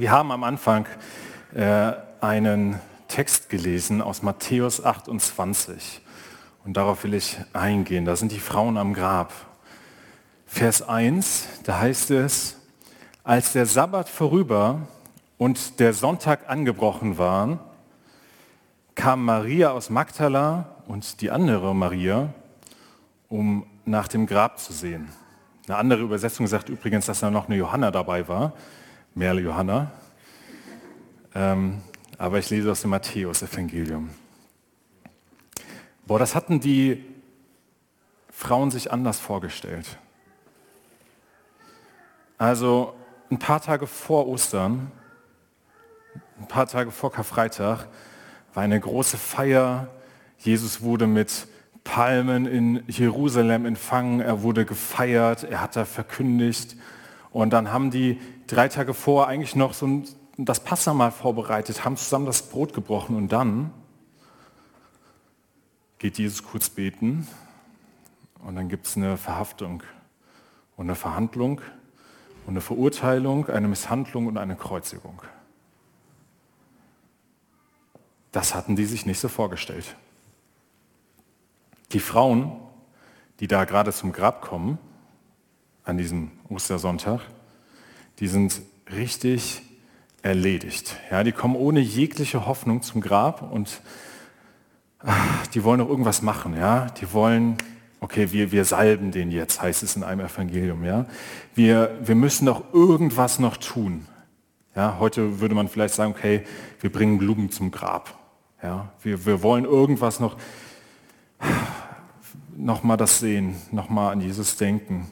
Wir haben am Anfang einen Text gelesen aus Matthäus 28 und darauf will ich eingehen. Da sind die Frauen am Grab. Vers 1, da heißt es, als der Sabbat vorüber und der Sonntag angebrochen war, kam Maria aus Magdala und die andere Maria, um nach dem Grab zu sehen. Eine andere Übersetzung sagt übrigens, dass da noch eine Johanna dabei war. Merle Johanna. Aber ich lese aus dem Matthäus-Evangelium. Das hatten die Frauen sich anders vorgestellt. Also ein paar Tage vor Ostern, ein paar Tage vor Karfreitag, war eine große Feier. Jesus wurde mit Palmen in Jerusalem empfangen, er wurde gefeiert, er hat da verkündigt. Und dann haben die 3 Tage vor eigentlich noch so das Passahmahl vorbereitet, haben zusammen das Brot gebrochen und dann geht Jesus kurz beten und dann gibt es eine Verhaftung und eine Verhandlung und eine Verurteilung, eine Misshandlung und eine Kreuzigung. Das hatten die sich nicht so vorgestellt. Die Frauen, die da gerade zum Grab kommen, an diesem Ostersonntag, die sind richtig erledigt. Ja, die kommen ohne jegliche Hoffnung zum Grab und die wollen noch irgendwas machen. Ja? Die wollen, okay, wir salben den jetzt, heißt es in einem Evangelium. Ja? Wir müssen doch irgendwas noch tun. Ja? Heute würde man vielleicht sagen, okay, wir bringen Blumen zum Grab. Ja? Wir wollen irgendwas noch mal das sehen, noch mal an Jesus denken.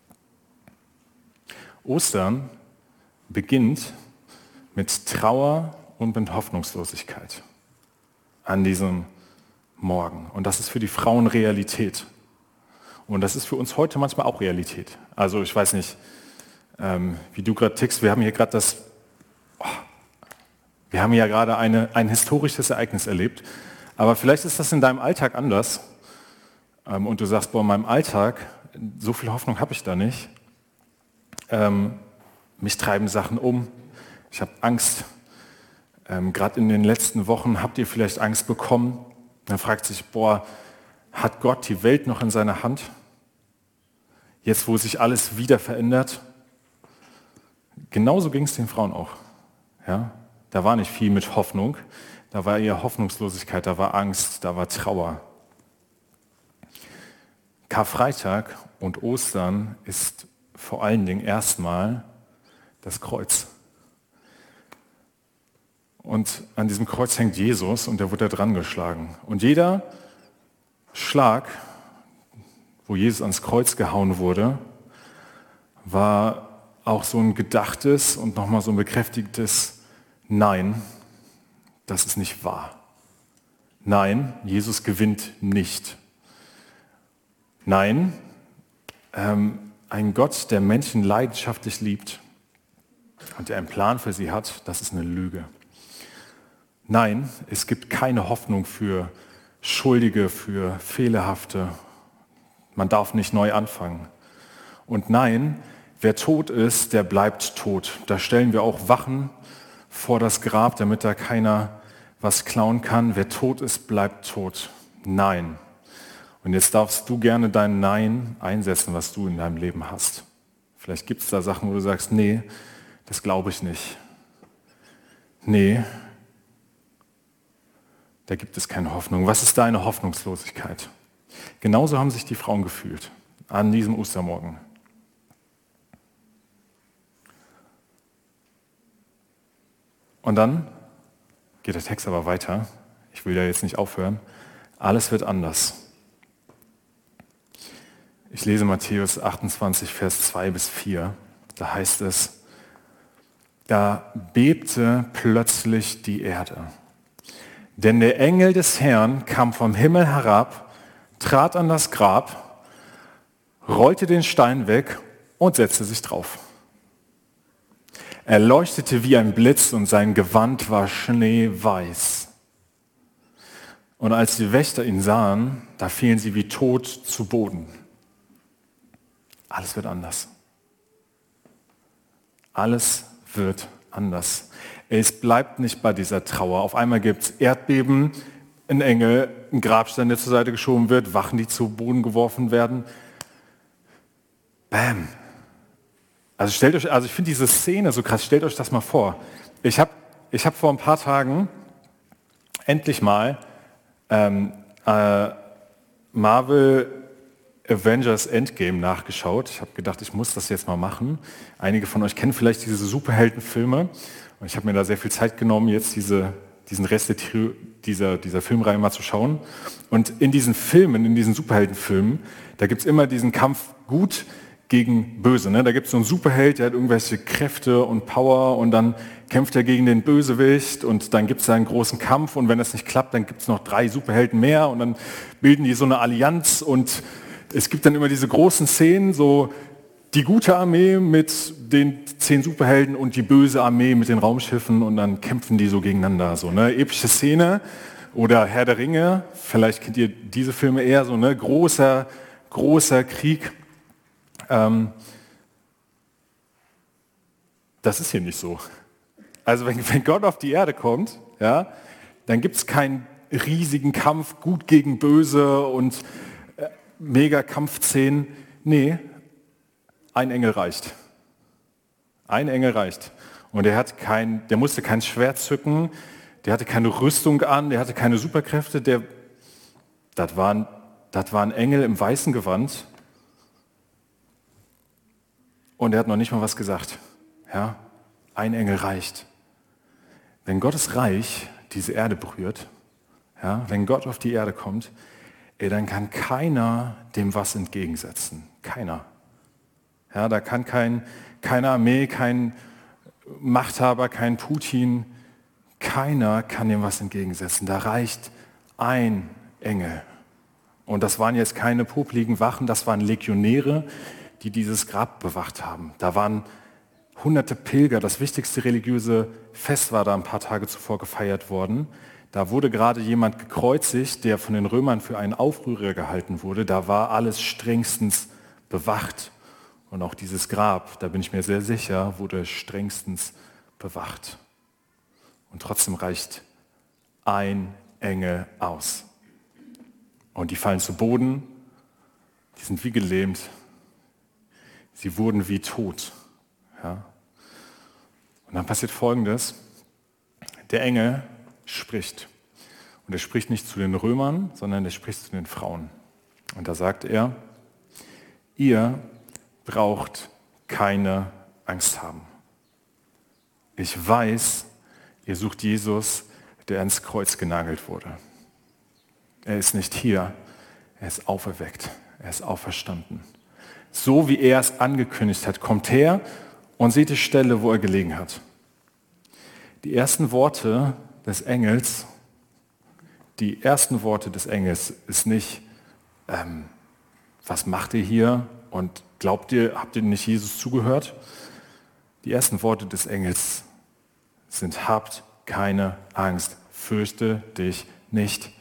Ostern beginnt mit Trauer und mit Hoffnungslosigkeit an diesem Morgen. Und das ist für die Frauen Realität. Und das ist für uns heute manchmal auch Realität. Also ich weiß nicht, wie du gerade tickst. Wir haben hier gerade ein historisches Ereignis erlebt. Aber vielleicht ist das in deinem Alltag anders. Und du sagst, in meinem Alltag, so viel Hoffnung habe ich da nicht. Mich treiben Sachen um. Ich habe Angst. Gerade in den letzten Wochen habt ihr vielleicht Angst bekommen. Man fragt sich, hat Gott die Welt noch in seiner Hand? Jetzt, wo sich alles wieder verändert. Genauso ging es den Frauen auch. Ja? Da war nicht viel mit Hoffnung. Da war eher Hoffnungslosigkeit, da war Angst, da war Trauer. Karfreitag und Ostern ist vor allen Dingen erstmal das Kreuz. Und an diesem Kreuz hängt Jesus und der wurde da dran geschlagen. Und jeder Schlag, wo Jesus ans Kreuz gehauen wurde, war auch so ein gedachtes und nochmal so ein bekräftigtes Nein, das ist nicht wahr. Nein, Jesus gewinnt nicht. Nein, ein Gott, der Menschen leidenschaftlich liebt und der einen Plan für sie hat, das ist eine Lüge. Nein, es gibt keine Hoffnung für Schuldige, für Fehlerhafte. Man darf nicht neu anfangen. Und nein, wer tot ist, der bleibt tot. Da stellen wir auch Wachen vor das Grab, damit da keiner was klauen kann. Wer tot ist, bleibt tot. Nein. Und jetzt darfst du gerne dein Nein einsetzen, was du in deinem Leben hast. Vielleicht gibt es da Sachen, wo du sagst, nee, das glaube ich nicht. Nee, da gibt es keine Hoffnung. Was ist deine Hoffnungslosigkeit? Genauso haben sich die Frauen gefühlt an diesem Ostermorgen. Und dann geht der Text aber weiter. Ich will ja jetzt nicht aufhören. Alles wird anders. Ich lese Matthäus 28, Vers 2 bis 4. Da heißt es, da bebte plötzlich die Erde. Denn der Engel des Herrn kam vom Himmel herab, trat an das Grab, rollte den Stein weg und setzte sich drauf. Er leuchtete wie ein Blitz und sein Gewand war schneeweiß. Und als die Wächter ihn sahen, da fielen sie wie tot zu Boden. Alles wird anders. Alles wird anders. Es bleibt nicht bei dieser Trauer. Auf einmal gibt es Erdbeben, ein Engel, ein Grabstein, der zur Seite geschoben wird, Wachen, die zu Boden geworfen werden. Bam. Also ich finde diese Szene so krass, stellt euch das mal vor. Ich hab vor ein paar Tagen endlich mal Marvel Avengers Endgame nachgeschaut. Ich habe gedacht, ich muss das jetzt mal machen. Einige von euch kennen vielleicht diese Superheldenfilme. Und ich habe mir da sehr viel Zeit genommen, jetzt diesen Rest dieser Filmreihe mal zu schauen. Und in diesen Filmen, in diesen Superheldenfilmen, da gibt es immer diesen Kampf gut gegen böse. Ne? Da gibt es so einen Superheld, der hat irgendwelche Kräfte und Power und dann kämpft er gegen den Bösewicht und dann gibt es da einen großen Kampf und wenn das nicht klappt, dann gibt es noch 3 Superhelden mehr und dann bilden die so eine Allianz und es gibt dann immer diese großen Szenen, so die gute Armee mit den 10 Superhelden und die böse Armee mit den Raumschiffen und dann kämpfen die so gegeneinander. So eine epische Szene oder Herr der Ringe, vielleicht kennt ihr diese Filme eher, so ne großer Krieg. Das ist hier nicht so. Also wenn Gott auf die Erde kommt, ja, dann gibt es keinen riesigen Kampf, gut gegen böse und mega Kampfszenen. Nee, ein Engel reicht. Ein Engel reicht. Und der musste kein Schwert zücken, der hatte keine Rüstung an, der hatte keine Superkräfte, das war ein Engel im weißen Gewand. Und er hat noch nicht mal was gesagt. Ja? Ein Engel reicht. Wenn Gottes Reich diese Erde berührt, ja, wenn Gott auf die Erde kommt, dann kann keiner dem was entgegensetzen. Keiner. Ja, da kann keine Armee, kein Machthaber, kein Putin, keiner kann dem was entgegensetzen. Da reicht ein Engel. Und das waren jetzt keine popligen Wachen, das waren Legionäre, die dieses Grab bewacht haben. Da waren hunderte Pilger, das wichtigste religiöse Fest war da ein paar Tage zuvor gefeiert worden. Da wurde gerade jemand gekreuzigt, der von den Römern für einen Aufrührer gehalten wurde. Da war alles strengstens bewacht. Und auch dieses Grab, da bin ich mir sehr sicher, wurde strengstens bewacht. Und trotzdem reicht ein Engel aus. Und die fallen zu Boden, die sind wie gelähmt. Sie wurden wie tot. Ja. Und dann passiert Folgendes. Der Engel spricht. Und er spricht nicht zu den Römern, sondern er spricht zu den Frauen. Und da sagt er, ihr braucht keine Angst haben. Ich weiß, ihr sucht Jesus, der ans Kreuz genagelt wurde. Er ist nicht hier, er ist auferweckt, er ist auferstanden. So wie er es angekündigt hat, kommt her und seht die Stelle, wo er gelegen hat. Die ersten Worte des Engels ist nicht, was macht ihr hier und habt ihr nicht Jesus zugehört? Die ersten Worte des Engels sind, habt keine Angst, fürchte dich nicht.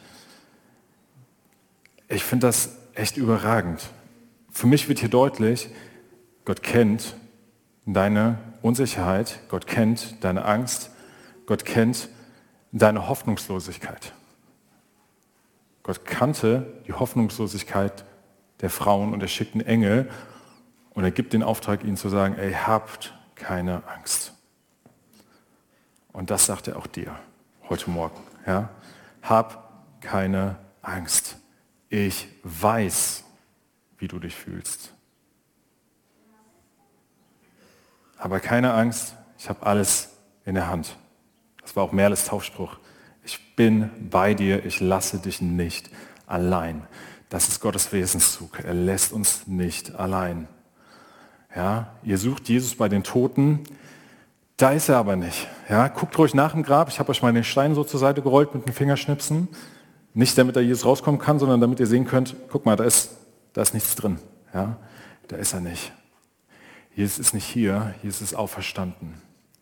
Ich finde das echt überragend. Für mich wird hier deutlich, Gott kennt deine Unsicherheit, Gott kennt deine Angst, Gott kennt deine Hoffnungslosigkeit. Gott kannte die Hoffnungslosigkeit der Frauen und er schickt einen Engel und er gibt den Auftrag, ihnen zu sagen, ey, habt keine Angst. Und das sagt er auch dir heute Morgen. Ja? Hab keine Angst. Ich weiß, wie du dich fühlst. Aber keine Angst, ich habe alles in der Hand. Das war auch Merles Taufspruch. Ich bin bei dir, ich lasse dich nicht allein. Das ist Gottes Wesenszug. Er lässt uns nicht allein. Ja, ihr sucht Jesus bei den Toten, da ist er aber nicht. Ja, guckt ruhig nach dem Grab. Ich habe euch mal den Stein so zur Seite gerollt mit dem Fingerschnipsen. Nicht damit da Jesus rauskommen kann, sondern damit ihr sehen könnt, guck mal, da ist nichts drin. Ja, da ist er nicht. Jesus ist nicht hier, Jesus ist auferstanden.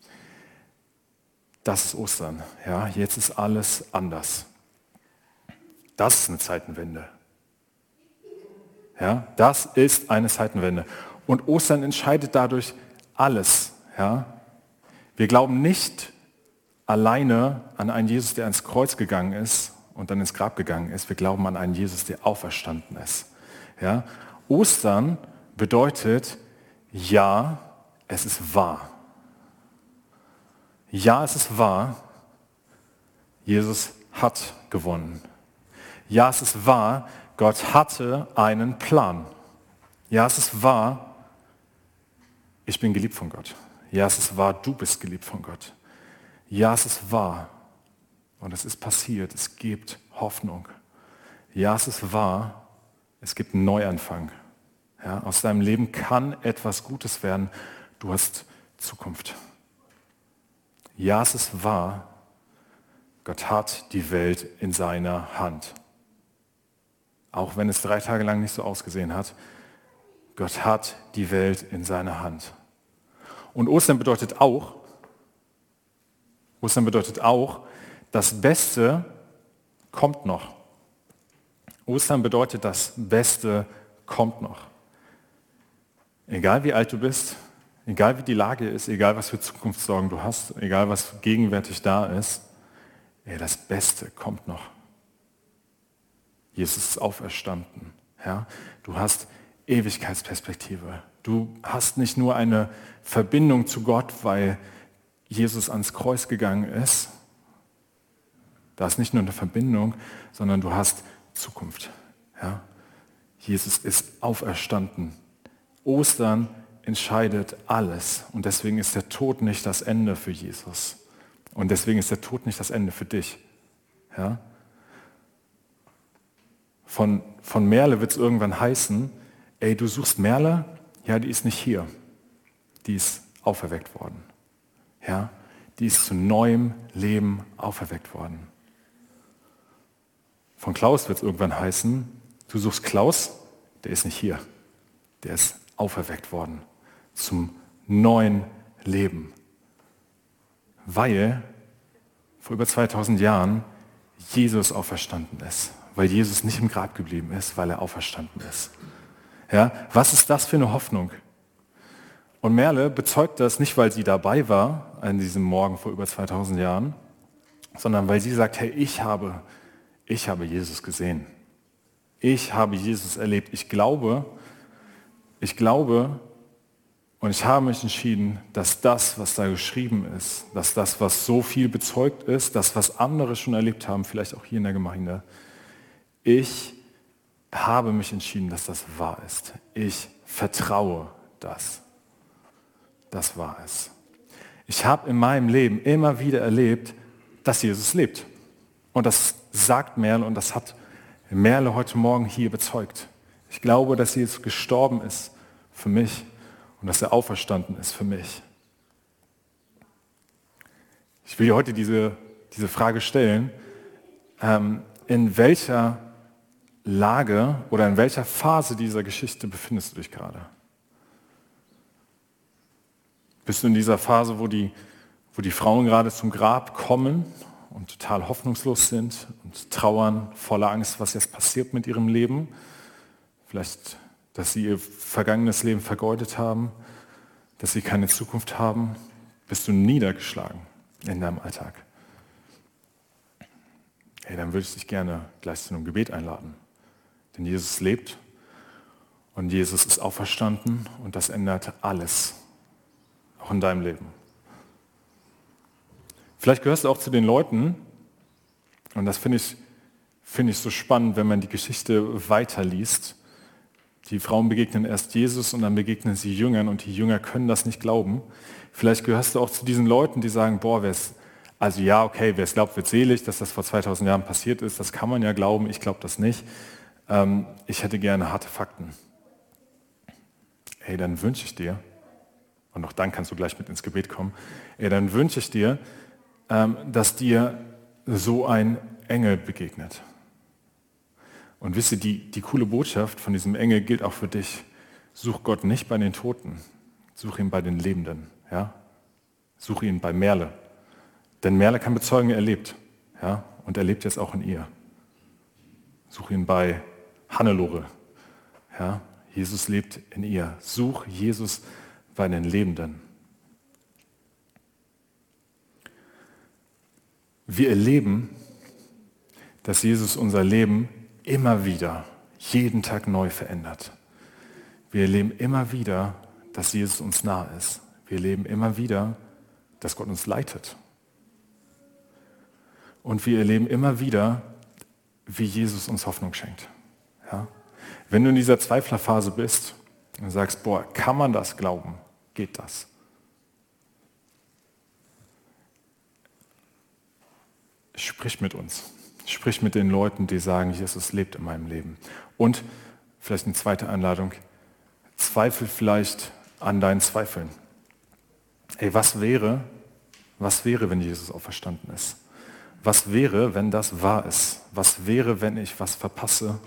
Das ist Ostern. Ja, jetzt ist alles anders. Das ist eine Zeitenwende. Ja, das ist eine Zeitenwende. Und Ostern entscheidet dadurch alles. Ja. Wir glauben nicht alleine an einen Jesus, der ans Kreuz gegangen ist und dann ins Grab gegangen ist. Wir glauben an einen Jesus, der auferstanden ist. Ja? Ostern bedeutet, ja, es ist wahr. Ja, es ist wahr, Jesus hat gewonnen. Ja, es ist wahr, Gott hatte einen Plan. Ja, es ist wahr, ich bin geliebt von Gott. Ja, es ist wahr, du bist geliebt von Gott. Ja, es ist wahr und es ist passiert, es gibt Hoffnung. Ja, es ist wahr, es gibt einen Neuanfang. Ja, aus deinem Leben kann etwas Gutes werden, du hast Zukunft. Ja, es ist wahr, Gott hat die Welt in seiner Hand. Auch wenn es 3 Tage lang nicht so ausgesehen hat, Gott hat die Welt in seiner Hand. Und Ostern bedeutet auch, das Beste kommt noch. Ostern bedeutet, das Beste kommt noch. Egal wie alt du bist, egal wie die Lage ist, egal was für Zukunftssorgen du hast, egal was gegenwärtig da ist, das Beste kommt noch. Jesus ist auferstanden. Ja? Du hast Ewigkeitsperspektive. Du hast nicht nur eine Verbindung zu Gott, weil Jesus ans Kreuz gegangen ist. Da ist nicht nur eine Verbindung, sondern du hast Zukunft. Ja? Jesus ist auferstanden. Ostern entscheidet alles. Und deswegen ist der Tod nicht das Ende für Jesus. Und deswegen ist der Tod nicht das Ende für dich. Ja? Von Merle wird es irgendwann heißen, du suchst Merle? Ja, die ist nicht hier. Die ist auferweckt worden. Ja? Die ist zu neuem Leben auferweckt worden. Von Klaus wird es irgendwann heißen, du suchst Klaus? Der ist nicht hier. Der ist auferweckt worden zum neuen Leben. Weil vor über 2000 Jahren Jesus auferstanden ist. Weil Jesus nicht im Grab geblieben ist, weil er auferstanden ist. Ja, was ist das für eine Hoffnung? Und Merle bezeugt das nicht, weil sie dabei war an diesem Morgen vor über 2000 Jahren, sondern weil sie sagt, hey, ich habe Jesus gesehen. Ich habe Jesus erlebt. Ich glaube und ich habe mich entschieden, dass das, was da geschrieben ist, dass das, was so viel bezeugt ist, das, was andere schon erlebt haben, vielleicht auch hier in der Gemeinde, ich habe mich entschieden, dass das wahr ist. Ich vertraue das. Das wahr ist. Ich habe in meinem Leben immer wieder erlebt, dass Jesus lebt. Und das sagt Merle und das hat Merle heute Morgen hier bezeugt. Ich glaube, dass Jesus gestorben ist für mich und dass er auferstanden ist für mich. Ich will dir heute diese Frage stellen, in welcher Lage oder in welcher Phase dieser Geschichte befindest du dich gerade? Bist du in dieser Phase, wo die Frauen gerade zum Grab kommen und total hoffnungslos sind und trauern, voller Angst, was jetzt passiert mit ihrem Leben? Vielleicht, dass sie ihr vergangenes Leben vergeudet haben, dass sie keine Zukunft haben. Bist du niedergeschlagen in deinem Alltag? Dann würde ich dich gerne gleich zu einem Gebet einladen. Denn Jesus lebt und Jesus ist auferstanden und das ändert alles, auch in deinem Leben. Vielleicht gehörst du auch zu den Leuten, und das finde ich so spannend, wenn man die Geschichte weiterliest. Die Frauen begegnen erst Jesus und dann begegnen sie Jüngern und die Jünger können das nicht glauben. Vielleicht gehörst du auch zu diesen Leuten, die sagen, wer es glaubt, wird selig, dass das vor 2000 Jahren passiert ist, das kann man ja glauben, ich glaube das nicht. Ich hätte gerne harte Fakten. Dann wünsche ich dir, und auch dann kannst du gleich mit ins Gebet kommen, dann wünsche ich dir, dass dir so ein Engel begegnet. Und wisst ihr, die coole Botschaft von diesem Engel gilt auch für dich. Such Gott nicht bei den Toten, such ihn bei den Lebenden. Ja? Such ihn bei Merle. Denn Merle kann bezeugen, er lebt. Ja? Und er lebt jetzt auch in ihr. Such ihn bei Hannelore. Ja? Jesus lebt in ihr. Such Jesus bei den Lebenden. wir erleben, dass Jesus unser Leben immer wieder, jeden Tag neu verändert. Wir erleben immer wieder, dass Jesus uns nahe ist. Wir erleben immer wieder, dass Gott uns leitet. Und wir erleben immer wieder, wie Jesus uns Hoffnung schenkt. Ja? Wenn du in dieser Zweiflerphase bist und sagst, boah, kann man das glauben? Geht das? Sprich mit uns. Sprich mit den Leuten, die sagen, Jesus lebt in meinem Leben. Und vielleicht eine zweite Einladung, zweifel vielleicht an deinen Zweifeln. Ey, was wäre, wenn Jesus auferstanden ist? Was wäre, wenn das wahr ist? Was wäre, wenn ich was verpasse,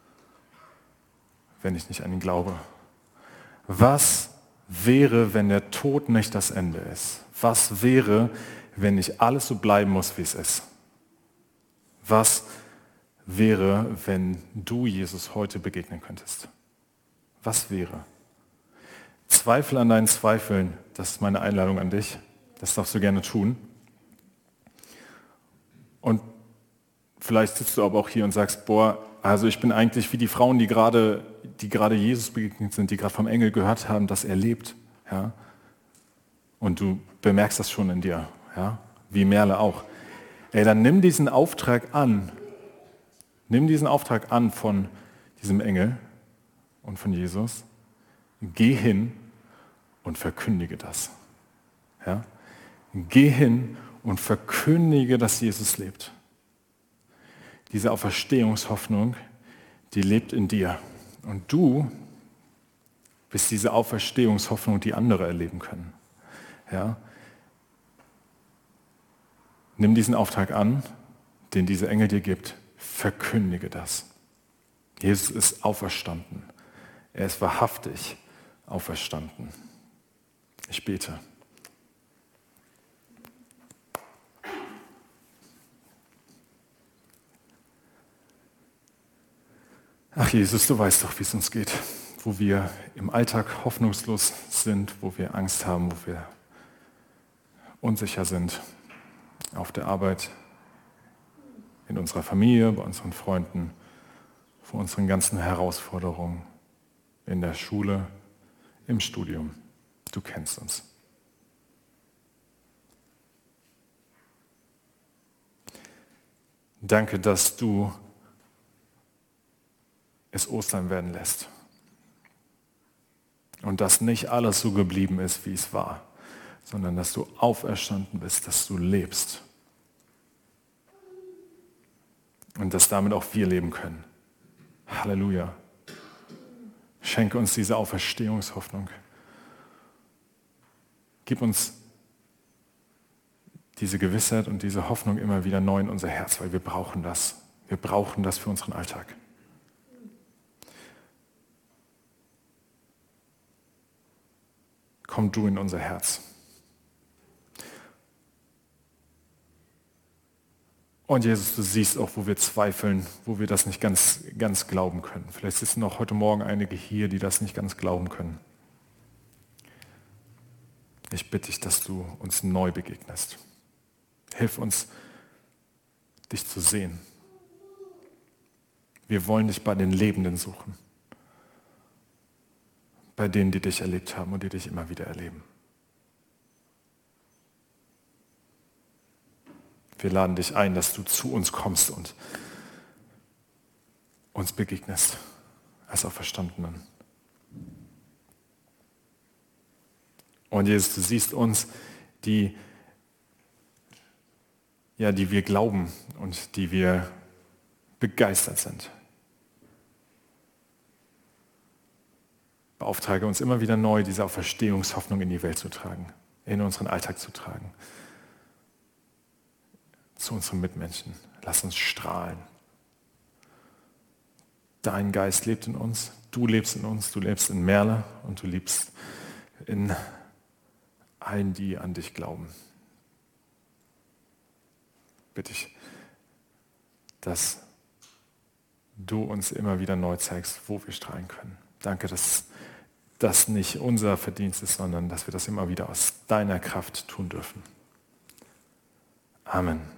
wenn ich nicht an ihn glaube? Was wäre, wenn der Tod nicht das Ende ist? Was wäre, wenn nicht alles so bleiben muss, wie es ist? Was wäre, wenn du Jesus heute begegnen könntest? Was wäre? Zweifel an deinen Zweifeln, das ist meine Einladung an dich. Das darfst du gerne tun. Und vielleicht sitzt du aber auch hier und sagst, boah, also ich bin eigentlich wie die Frauen, die gerade Jesus begegnet sind, die gerade vom Engel gehört haben, dass er lebt. Ja? Und du bemerkst das schon in dir, ja? Wie Merle auch. Ey, dann nimm diesen Auftrag an. Nimm diesen Auftrag an von diesem Engel und von Jesus. Geh hin und verkündige das. Ja? Geh hin und verkündige, dass Jesus lebt. Diese Auferstehungshoffnung, die lebt in dir. Und du bist diese Auferstehungshoffnung, die andere erleben können. Ja? Nimm diesen Auftrag an, den dieser Engel dir gibt. Verkündige das. Jesus ist auferstanden. Er ist wahrhaftig auferstanden. Ich bete. Ach Jesus, du weißt doch, wie es uns geht, wo wir im Alltag hoffnungslos sind, wo wir Angst haben, wo wir unsicher sind, auf der Arbeit, in unserer Familie, bei unseren Freunden, vor unseren ganzen Herausforderungen, in der Schule, im Studium. Du kennst uns. Danke, dass du es Ostern werden lässt. Und dass nicht alles so geblieben ist, wie es war, sondern dass du auferstanden bist, dass du lebst. Und dass damit auch wir leben können. Halleluja. Schenke uns diese Auferstehungshoffnung. Gib uns diese Gewissheit und diese Hoffnung immer wieder neu in unser Herz, weil wir brauchen das. Wir brauchen das für unseren Alltag. Komm du in unser Herz. Und Jesus, du siehst auch, wo wir zweifeln, wo wir das nicht ganz glauben können. Vielleicht sitzen auch heute Morgen einige hier, die das nicht ganz glauben können. Ich bitte dich, dass du uns neu begegnest. Hilf uns, dich zu sehen. Wir wollen dich bei den Lebenden suchen. Bei denen, die dich erlebt haben und die dich immer wieder erleben. Wir laden dich ein, dass du zu uns kommst und uns begegnest als Auferstandenen. Und Jesus, du siehst uns, die wir glauben und die wir begeistert sind. Beauftrage uns immer wieder neu, diese Auferstehungshoffnung in die Welt zu tragen, in unseren Alltag zu tragen. Zu unseren Mitmenschen. Lass uns strahlen. Dein Geist lebt in uns, du lebst in uns, du lebst in Merle und du lebst in allen, die an dich glauben. Bitte ich, dass du uns immer wieder neu zeigst, wo wir strahlen können. Danke, dass das nicht unser Verdienst ist, sondern dass wir das immer wieder aus deiner Kraft tun dürfen. Amen.